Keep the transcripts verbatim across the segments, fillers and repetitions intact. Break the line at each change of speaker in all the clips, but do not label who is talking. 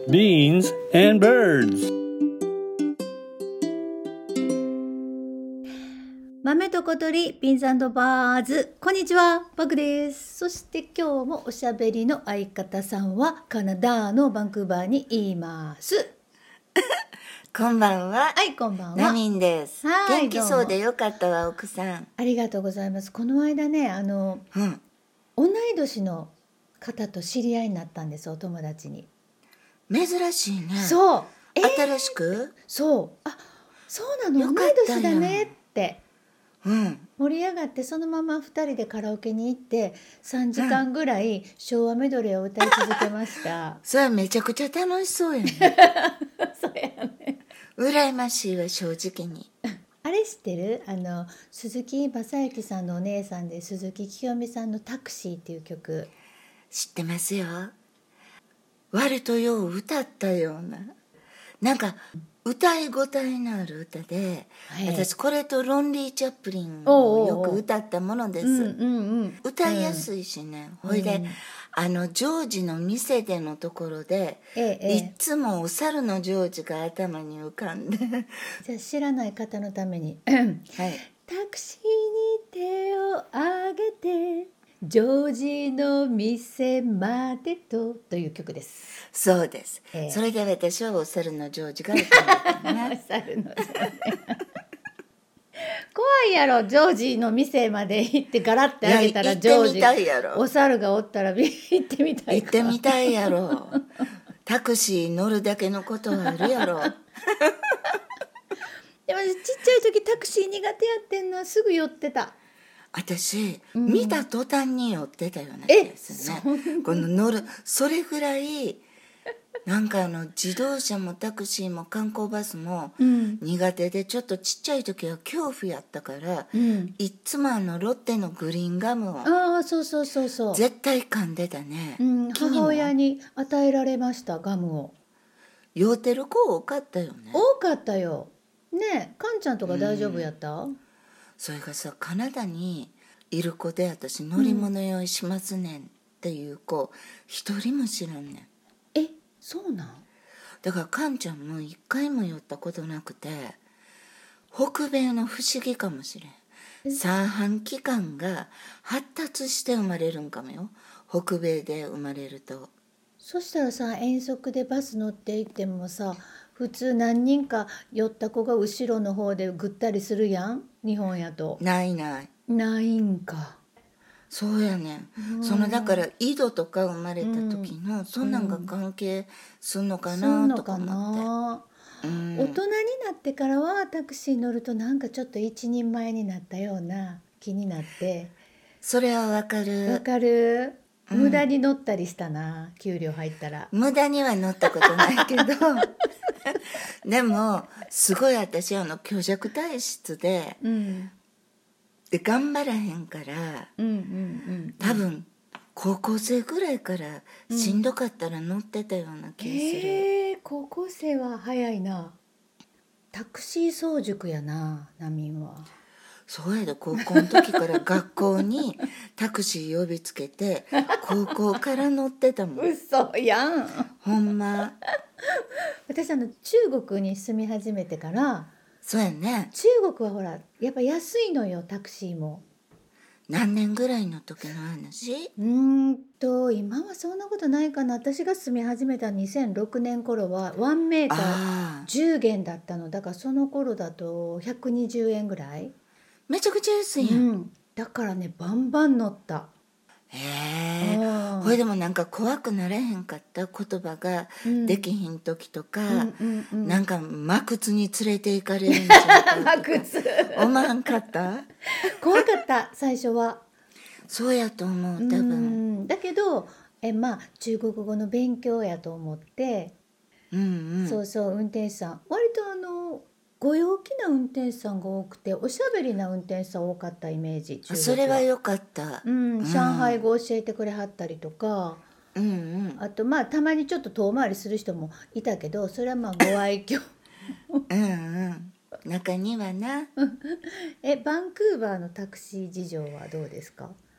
Beans and birds.
豆と小鳥、ビーンズ&バーズ。こんにちは、バクです。そして今日もおしゃべりの相方さんはカナダのバンクーバーにいます。
こんばんは。
はい、こんばんは。
ナミンです。
はい
元気そうでよかったわ、奥さん。
ありがとうございます。この間ね、あの、
うん。
同い年の方と知り合いになったんです、お友達に。
珍しいね。
そう。
えー、新しく？
そう。あ、そうなの、同い年だねって。
うん、
盛り上がってそのままふたりでカラオケに行ってさんじかんぐらい昭和メドレーを歌い続けました、
うん、それはめちゃくちゃ楽しそうやね
そうやね、
羨ましいわ、正直に。
あれ知ってる？あの鈴木雅之さんのお姉さんで鈴木清美さんのタクシーっていう曲
知ってますよ。割とよう歌ったような、なんか歌い応えのある歌で、はい、私これとロンリー・チャップリンをよく歌ったものです。
うんうんうん、
歌いやすいしね、うん、ほいで、うん、あのジョージの店でのところで、ええ、いつもお猿のジョージが頭に浮かんで
じゃあ知らない方のために、はい、タクシーに手を挙げてジョージの店までとという曲です。
そうです、えー、それで私はお猿のジョージが歌ったね
猿のジョージ怖いやろ、ジョージの店まで行ってガラッてあげたらジョージお猿がおったら行ってみたい
行ってみたいやろタクシー乗るだけのことはあるやろ
でもちっちゃい時タクシー苦手やってんのはすぐ寄ってた。
私、うん、見た途端に寄ってたような気がするね。この乗るそれぐらいなんかあの自動車もタクシーも観光バスも苦手で、ちょっとちっちゃい時は恐怖やったから、うん、いつもあのロッテのグリーンガムを
ああそうそうそうそう
絶対噛んでたね、
うん、母親に与えられましたガムを。
酔うてる子多かったよね。
多かったよね。カンちゃんとか大丈夫やった？うん、
それがさ、カナダにいる子で私乗り物用意しますねんっていう子一、うん、人も知らんねん。
え、そうなん？
だからカンちゃんも一回も寄ったことなくて、北米の不思議かもしれん。三半規管が発達して生まれるんかもよ、北米で生まれると。
そしたらさ、遠足でバス乗って行ってもさ、普通何人か寄った子が後ろの方でぐったりするやん、日本やと。
ないない
ないんか。
そうやね、うん、そのだから井戸とか生まれた時の、うん、そんなんが関係すんのかなとか思って、うん、
大人になってからはタクシー乗るとなんかちょっと一人前になったような気になって。
それはわかる
わかる、うん、無駄に乗ったりしたな、給料入ったら。
無駄には乗ったことないけどでもすごい私あの虚弱体質で、うんで頑張らへんから、うんうんうん、多分高校生ぐらいからしんどかったら乗ってたような気がする、
うん、えー、高校生は早いな。タクシー早熟やな、ナミンは。
そうやで、高校の時から学校にタクシー呼びつけて高校から乗ってたもん。
嘘やん、
ほんま
私あの中国に住み始めてから。
そうやね、
中国はほらやっぱ安いのよ、タクシーも。
何年ぐらいの時の話？
うーんと今はそんなことないかな。私が住み始めたにせんろくねん頃はワンメーターじゅうげんだったの。だからその頃だとひゃくにじゅうえんぐらい。
めちゃくちゃ安いやん、うん、
だからねバンバン乗った。
へえ、これでもなんか怖くなれへんかった？言葉ができひん時とか、うんうんうんうん、なんか真靴に連れて行かれるんじゃないか
真靴
思わんかった？
怖かった最初は。
そうやと思う、多分。
うんだけどえまあ中国語の勉強やと思って、うんうん、そうそう、運転手さん割とあのご陽気な運転手さんが多くて、おしゃべりな運転手さん多かったイメージ。中国は
それは良かった、
うん、上海語教えてくれはったりとか、うんうん、あとまあたまにちょっと遠回りする人もいたけど、それはまあご愛嬌
うんうん中にはな
えバンクーバーのタクシー事情はどうですか？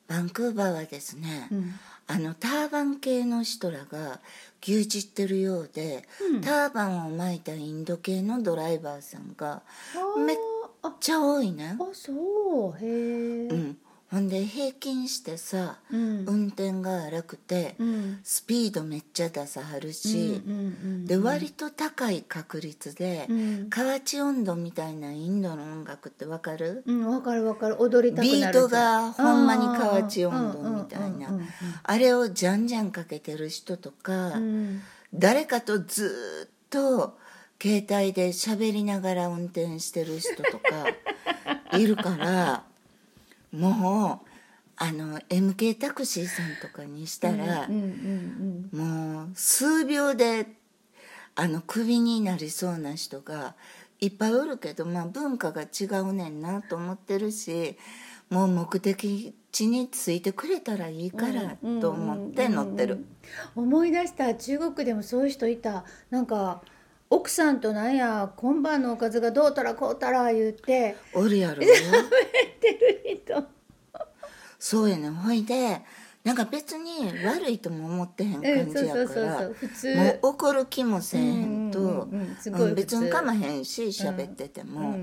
バンクーバーはですね、
うん、
あのターバン系の人らが牛耳ってるようで、うん、ターバンを巻いたインド系のドライバーさんがめっちゃ多いね。
あ、そうへえ、
うん、ほんで平均してさ、うん、運転が荒くて、うん、スピードめっちゃ出さはるし、うんうんうんうん、で割と高い確率で、うん、河内音頭みたいなインドの音楽ってわかる？
うん、わかるわかる。踊りたくなる。
ビートがほんまに河内音頭みたいな、あれをじゃんじゃんかけてる人とか、うん、誰かとずっと携帯で喋りながら運転してる人とかいるからもうあの エムケー タクシーさんとかにしたら、うんうんうんうん、もう数秒であのクビになりそうな人がいっぱいおるけど、まあ、文化が違うねんなと思ってるし、もう目的地に着いてくれたらいいからと思って乗ってる。
思い出した、中国でもそういう人いた。なんか奥さんとなんや今晩のおかずがどうたらこうたら言って
おるやろ。
喋ってる人
そうやね。ほいでなんか別に悪いとも思ってへん感じやからもう怒る気もせえへんと、うんうんうん、別にかまへんし喋ってても、うんうんうん、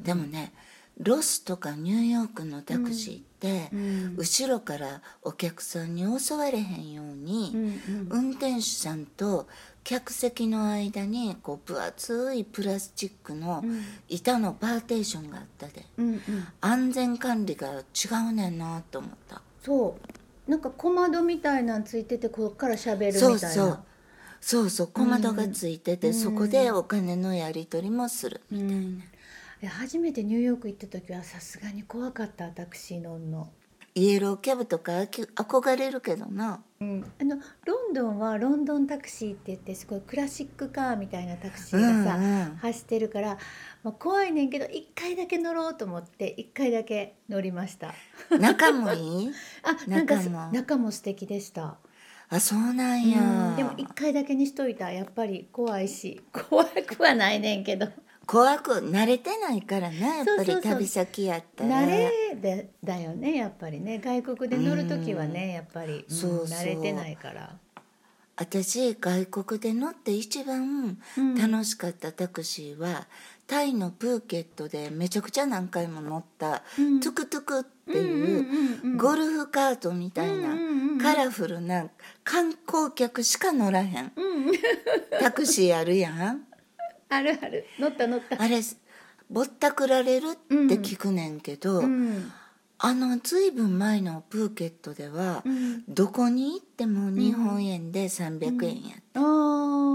でもねロスとかニューヨークのタクシーって、うん、後ろからお客さんに襲われへんように、うんうん、運転手さんと客席の間にこう分厚いプラスチックの板のパーテーションがあったで、うんうん、安全管理が違うねんなと思った。
そうなんか小窓みたいなのついててここから喋るみたいな。そうそう
そうそう小窓がついてて、うん、そこでお金のやり取りもするみたいな、うん、
初めてニューヨーク行った時はさすがに怖かった。タクシー乗んの。
イエローキャブとか憧れるけどな、
うん、あのロンドンはロンドンタクシーって言ってすごいクラシックカーみたいなタクシーがさ、うんうん、走ってるから、まあ、怖いねんけどいっかいだけ乗ろうと思っていっかいだけ乗りました。
中もいい？
あ、なんか中も素敵でした。
あ、そうなんや、
うん、でもいっかいだけにしといた。やっぱり怖いし。怖くはないねんけど
怖く慣れてないからな、やっぱり旅先やったら。
慣れでだよねやっぱりね。外国で乗るときはね、うん、やっぱり、うん、そうそう慣れてないから。
私外国で乗って一番楽しかったタクシーは、うん、タイのプーケットでめちゃくちゃ何回も乗った、うん、トゥクトゥクっていうゴルフカートみたいなカラフルな観光客しか乗らへん、うん、タクシーあるやん。
あるある。乗った乗った。
あれぼったくられるって聞くねんけど、うん、あのずいぶん前のプーケットでは、うん、どこに行っても日本円でさんびゃくえんやって、うん、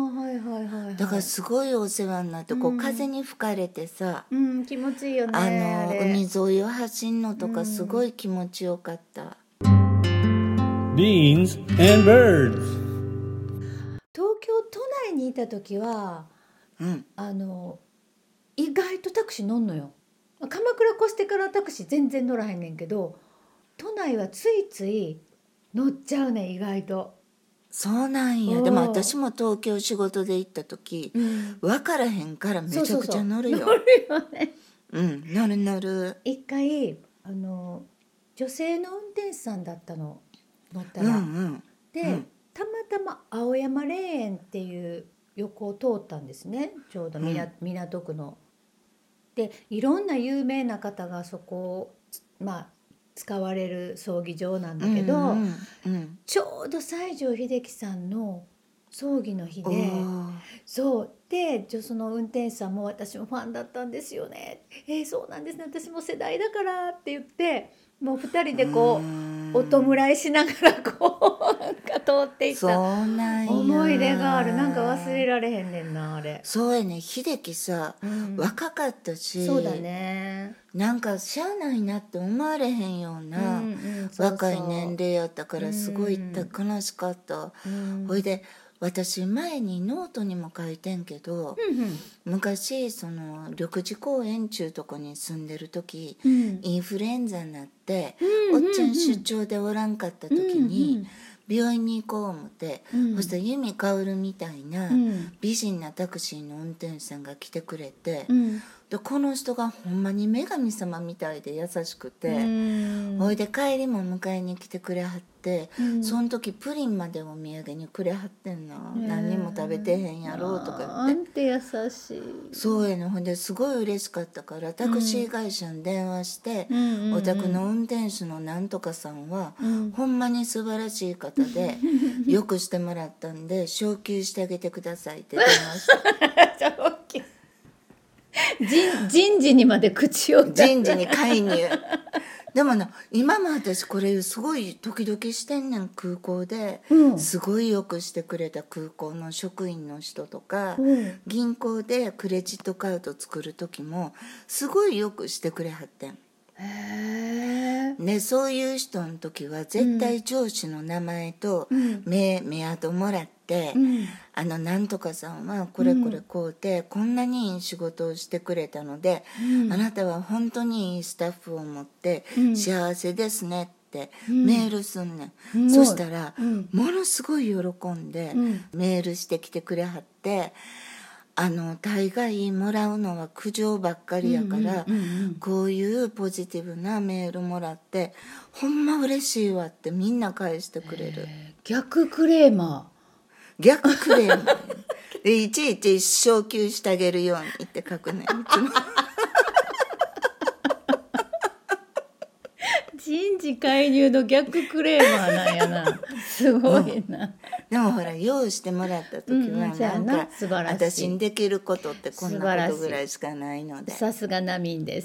あ、はいはいはいはい、だからすごいお世話になって、こう風に吹かれてさ、
うん、気持ちいいよね。
あのあ海沿いを走んのとかすごい気持ちよかった、
うん、Beans and Birds。
東京都内にいた時は、うん、あの意外とタクシー乗んのよ。鎌倉越してからタクシー全然乗らへんねんけど、都内はついつい乗っちゃうねん意外と。
そうなんや。でも私も東京仕事で行った時、うん、分からへんからめちゃくちゃ乗るよ。
そうそうそう乗るよね。
うん、乗る乗る。
一回あの女性の運転手さんだったの乗ったら、うんうん、で、うん、たまたま青山霊園っていう横を通ったんですね、ちょうど港、うん、港区の。でいろんな有名な方がそこを、まあ、使われる葬儀場なんだけど、うんうんうん、ちょうど西城秀樹さんの葬儀の日で、そうでその運転手さんも私もファンだったんですよね。えー、そうなんですね、私も世代だからって言って、もうふたりでこうお弔いしながらこうなんか通っていった思い出がある。なんか忘れられへんねんなあれ。
そうやね、秀樹さ、うん、若かったし、
そうだね、
なんかしゃあないなって思われへんような、うんうん、そうそう若い年齢やったからすごい悲しかった、うん、ほいで私前にノートにも書いてんけど、うんうん、昔その緑地公園ちゅうとこに住んでる時、うん、インフルエンザになって、うんうんうん、おっちゃん出張でおらんかった時に、うんうん、病院に行こう思って、うん、そしたら由美かおるみたいな美人なタクシーの運転手さんが来てくれて、うん、 でこの人がほんまに女神様みたいで優しくて、
うん
ほいで帰りも迎えに来てくれはって、
うん、
その時プリンまでお土産にくれはってんな、何にも食べてへんやろうとか
な
言って。
んて優しい。
そうやね。ほんですごい嬉しかったからタクシー会社に電話して、
うんうんうん、
お宅の運転手のなんとかさんは、
うん、
ほんまに素晴らしい方でよくしてもらったんで昇給してあげてくださいって電話して
人, 人事にまで口を
人事に介入でもな、今も私これすごい時々してんねん。空港で、
うん、
すごいよくしてくれた空港の職員の人とか、
うん、
銀行でクレジットカード作る時もすごいよくしてくれはってん。
へー、
ね、そういう人の時は絶対上司の名前と目、目跡もらって、
うん、
あのなんとかさんはこれこれこうで、うん、こんなにいい仕事をしてくれたので、うん、あなたは本当にいいスタッフを持って幸せですねってメールすんねん、うん、そしたら、うん、ものすごい喜んで、うん、メールしてきてくれはって、あの大概もらうのは苦情ばっかりやから、うんうんうんうん、こういうポジティブなメールもらってほんま嬉しいわってみんな返してくれる。
逆クレーマ
ー逆クレーマーでいちいち昇給してあげるようにって書くねん。いつも
人事介入の逆クレーマーなんやな。すごいな、うん、
でもほら用意してもらった時はなんか、うん、私にできることってこんなことぐらいしかないので。
さすがナミンです。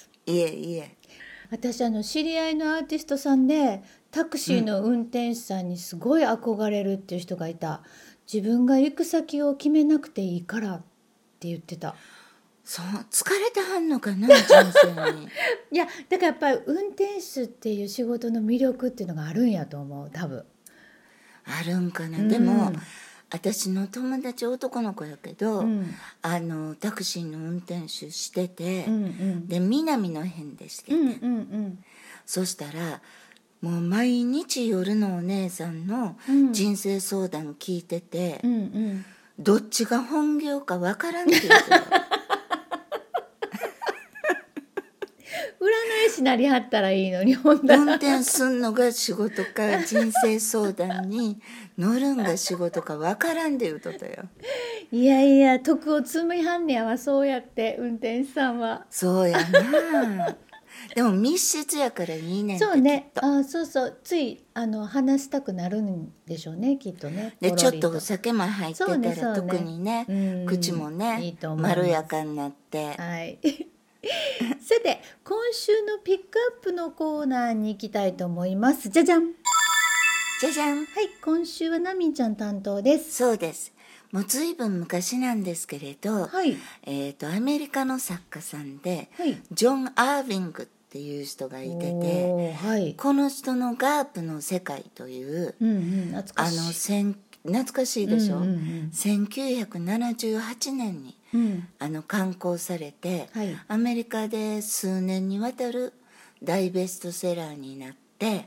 いえいえ。
私あの知り合いのアーティストさんでタクシーの運転手さんにすごい憧れるっていう人がいた。自分が行く先を決めなくていいからって言ってた。
そう、疲れてはんのかな人生に
いやだからやっぱり運転手っていう仕事の魅力っていうのがあるんやと思う。多分
あるんかな、うん、でも私の友達男の子やけど、うん、あのタクシーの運転手してて、うんうん、で南の辺でしてて、うんうんうん、そしたらもう毎日夜のお姉さんの人生相談聞いてて、うんうん、どっちが本業かわからんって言ってた
占い師なりはったらいいのに。
運転すんのが仕事か人生相談に乗るんが仕事か分からんで言うとったよ。
いやいや徳を積みはんねやわ。そうやって運転手さんは。
そうやなでも密室やからいいねんって。
そうね、あそうそうついあの話したくなるんでしょうねきっとね。
でちょっとお酒も入ってたら、ねね、特にね、口もねいいと思います。まろやかになって、
はいさて今週のピックアップのコーナーに行きたいと思います。じゃじゃん
じゃじゃん。
はい、今週はナミンちゃん担当です。
そうです。もうずいぶん昔なんですけれど、はい、えーと、アメリカの作家さんで、はい、ジョン・アーヴィングっていう人がいてて、はい、この人のガープの世界という、うんうん、懐かしい。あの懐かしいでしょ、うんうんうん、せんきゅうひゃくななじゅうはちねんに、うん、あの刊行されて、はい、アメリカで数年にわたる大ベストセラーになって、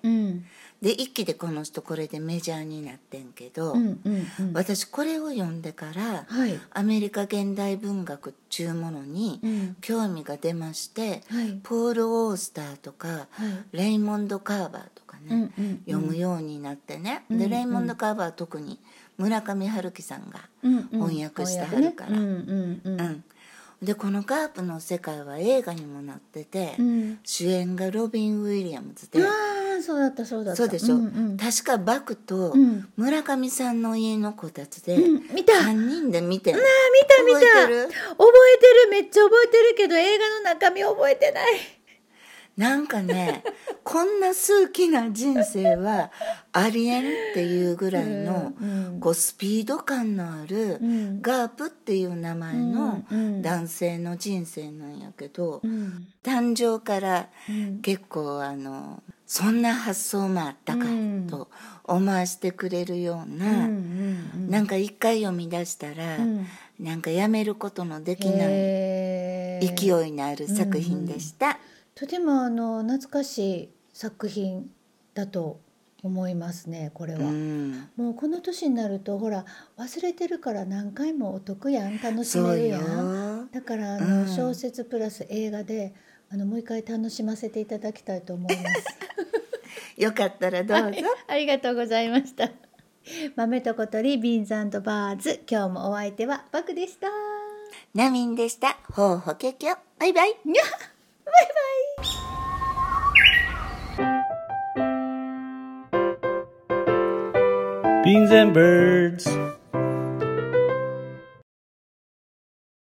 うん、で一気でこの人これでメジャーになってんけど、うんうんうん、私これを読んでから、はい、アメリカ現代文学っちゅうものに興味が出まして、うん、ポール・オースターとか、はい、レイモンド・カーバーとかね、うんうんうん、読むようになってね、でレイモンド・カーバーは特に村上春樹さんが翻訳してはるから、うんうんうんうん、でこのガープの世界は映画にもなってて、うん、主演がロビン・ウィリアムズで、
あそうだったそうだった。
そうでしょ、うんうん、確かバクと村上さんの家の子たちでさんにんで見て、うん、
見た見た覚えてる覚えてるめっちゃ覚えてるけど映画の中身覚えてない。
なんかねこんな数奇な人生はありえんっていうぐらいの、うんうん、こうスピード感のある、うん、ガープっていう名前の男性の人生なんやけど、うんうん、誕生から結構あのそんな発想もあったかと思わせてくれるような、うんうんうん、なんか一回読み出したら、うん、なんかやめることのできない勢いのある作品でした。うんうん、
とてもあの懐かしい作品だと思いますねこれは、うん、もうこの年になるとほら忘れてるから何回もお得やん楽しめるやん。 だからあの、うん、小説プラス映画であのもう一回楽しませていただきたいと思います
よかったらどうぞ、はい、
ありがとうございました。豆と小鳥ビーンズ&バーズ、今日もお相手はバクでした。
ナミンでした。ほうほけきょ、バイバイ。
バイバイ。
Beans and birds.